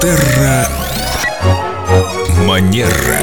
Терра Манера.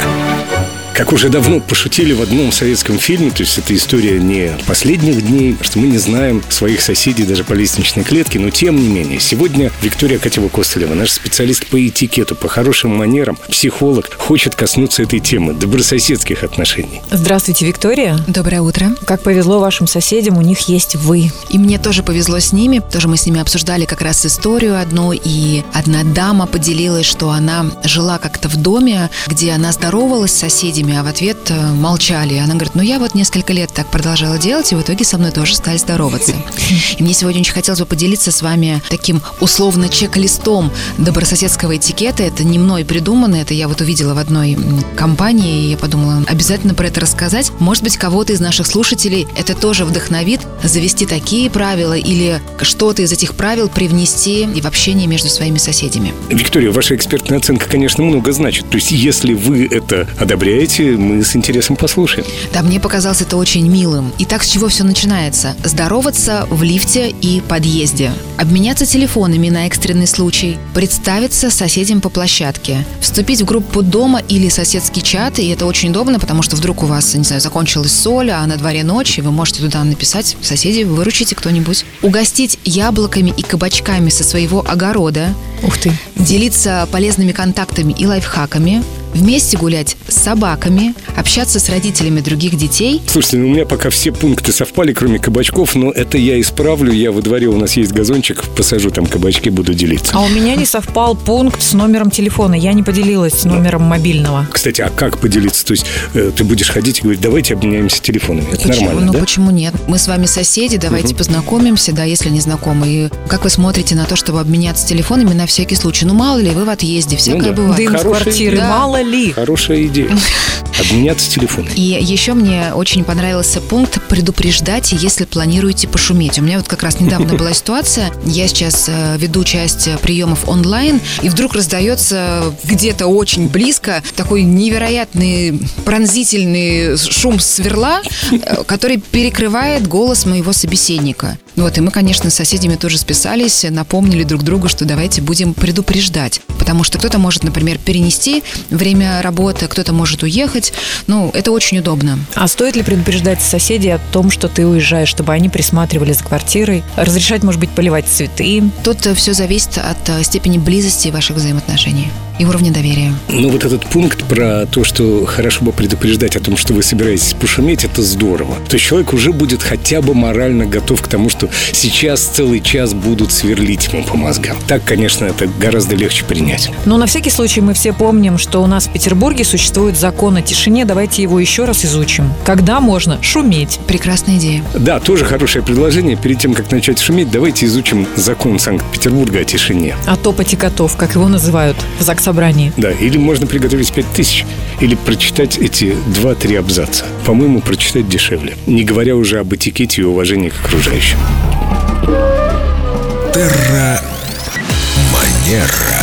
Как уже давно пошутили в одном советском фильме, то есть это история не последних дней, что мы не знаем своих соседей даже по лестничной клетке, но тем не менее. Сегодня Виктория Катева-Костылева, наш специалист по этикету, по хорошим манерам, психолог, хочет коснуться этой темы добрососедских отношений. Здравствуйте, Виктория. Доброе утро. Как повезло вашим соседям, у них есть вы. И мне тоже повезло с ними. Тоже мы с ними обсуждали как раз историю одну, и одна дама поделилась, что она жила как-то в доме, где она здоровалась с соседями, а в ответ молчали. Она говорит, я вот несколько лет так продолжала делать, и в итоге со мной тоже стали здороваться. И мне сегодня очень хотелось бы поделиться с вами таким условно чек-листом добрососедского этикета. Это не мной придумано, это я вот увидела в одной компании, и я подумала, обязательно про это рассказать. Может быть, кого-то из наших слушателей это тоже вдохновит завести такие правила или что-то из этих правил привнести и в общение между своими соседями. Виктория, ваша экспертная оценка, конечно, много значит. То есть, если вы это одобряете, мы с интересом послушаем. Да, мне показалось это очень милым. Итак, с чего все начинается? Здороваться в лифте и подъезде. Обменяться телефонами на экстренный случай. Представиться соседям по площадке. Вступить в группу дома или соседский чат. И это очень удобно, потому что вдруг у вас, не знаю, закончилась соль, а на дворе ночь, и вы можете туда написать: соседи, выручите кто-нибудь. Угостить яблоками и кабачками со своего огорода. Ух ты. Делиться полезными контактами и лайфхаками. Вместе гулять с собаками, общаться с родителями других детей. Слушайте, у меня пока все пункты совпали, кроме кабачков, но это я исправлю. Я во дворе, у нас есть газончик, посажу там кабачки, буду делиться. А у меня не совпал пункт с номером телефона. Я не поделилась номером мобильного. Кстати, а как поделиться? То есть ты будешь ходить и говорить, давайте обменяемся телефонами. Это почему? Нормально, да? Почему нет? Мы с вами соседи, давайте познакомимся, да, если не знакомы. И как вы смотрите на то, чтобы обменяться телефонами на всякий случай? Мало ли, вы в отъезде, всякое бывает. Дым с квартиры, да. мало ли. Хорошая идея. Обменяться телефоном. И еще мне очень понравился пункт «предупреждать, если планируете пошуметь». У меня вот как раз недавно была ситуация. Я сейчас веду часть приемов онлайн, и вдруг раздается где-то очень близко такой невероятный пронзительный шум сверла, который перекрывает голос моего собеседника. И мы, конечно, с соседями тоже списались, напомнили друг другу, что давайте будем предупреждать. Потому что кто-то может, например, перенести время работы, кто-то может уехать. Это очень удобно. А стоит ли предупреждать соседей о том, что ты уезжаешь, чтобы они присматривали за квартирой? Разрешать, может быть, поливать цветы? Тут все зависит от степени близости ваших взаимоотношений и уровня доверия. Вот этот пункт про то, что хорошо бы предупреждать о том, что вы собираетесь пошуметь, это здорово. То есть человек уже будет хотя бы морально готов к тому, что сейчас целый час будут сверлить ему по мозгам. Так, конечно, это гораздо легче принять. Но на всякий случай мы все помним, что у нас в Петербурге существует закон о тишине. Давайте его еще раз изучим. Когда можно шуметь? Прекрасная идея. Да, тоже хорошее предложение. Перед тем, как начать шуметь, давайте изучим закон Санкт-Петербурга о тишине. А топоте котов, как его называют в заксобрании. Да, или можно приготовить 5000, или прочитать эти 2-3 абзаца. По-моему, прочитать дешевле. Не говоря уже об этикете и уважении к окружающим. Терра Манера.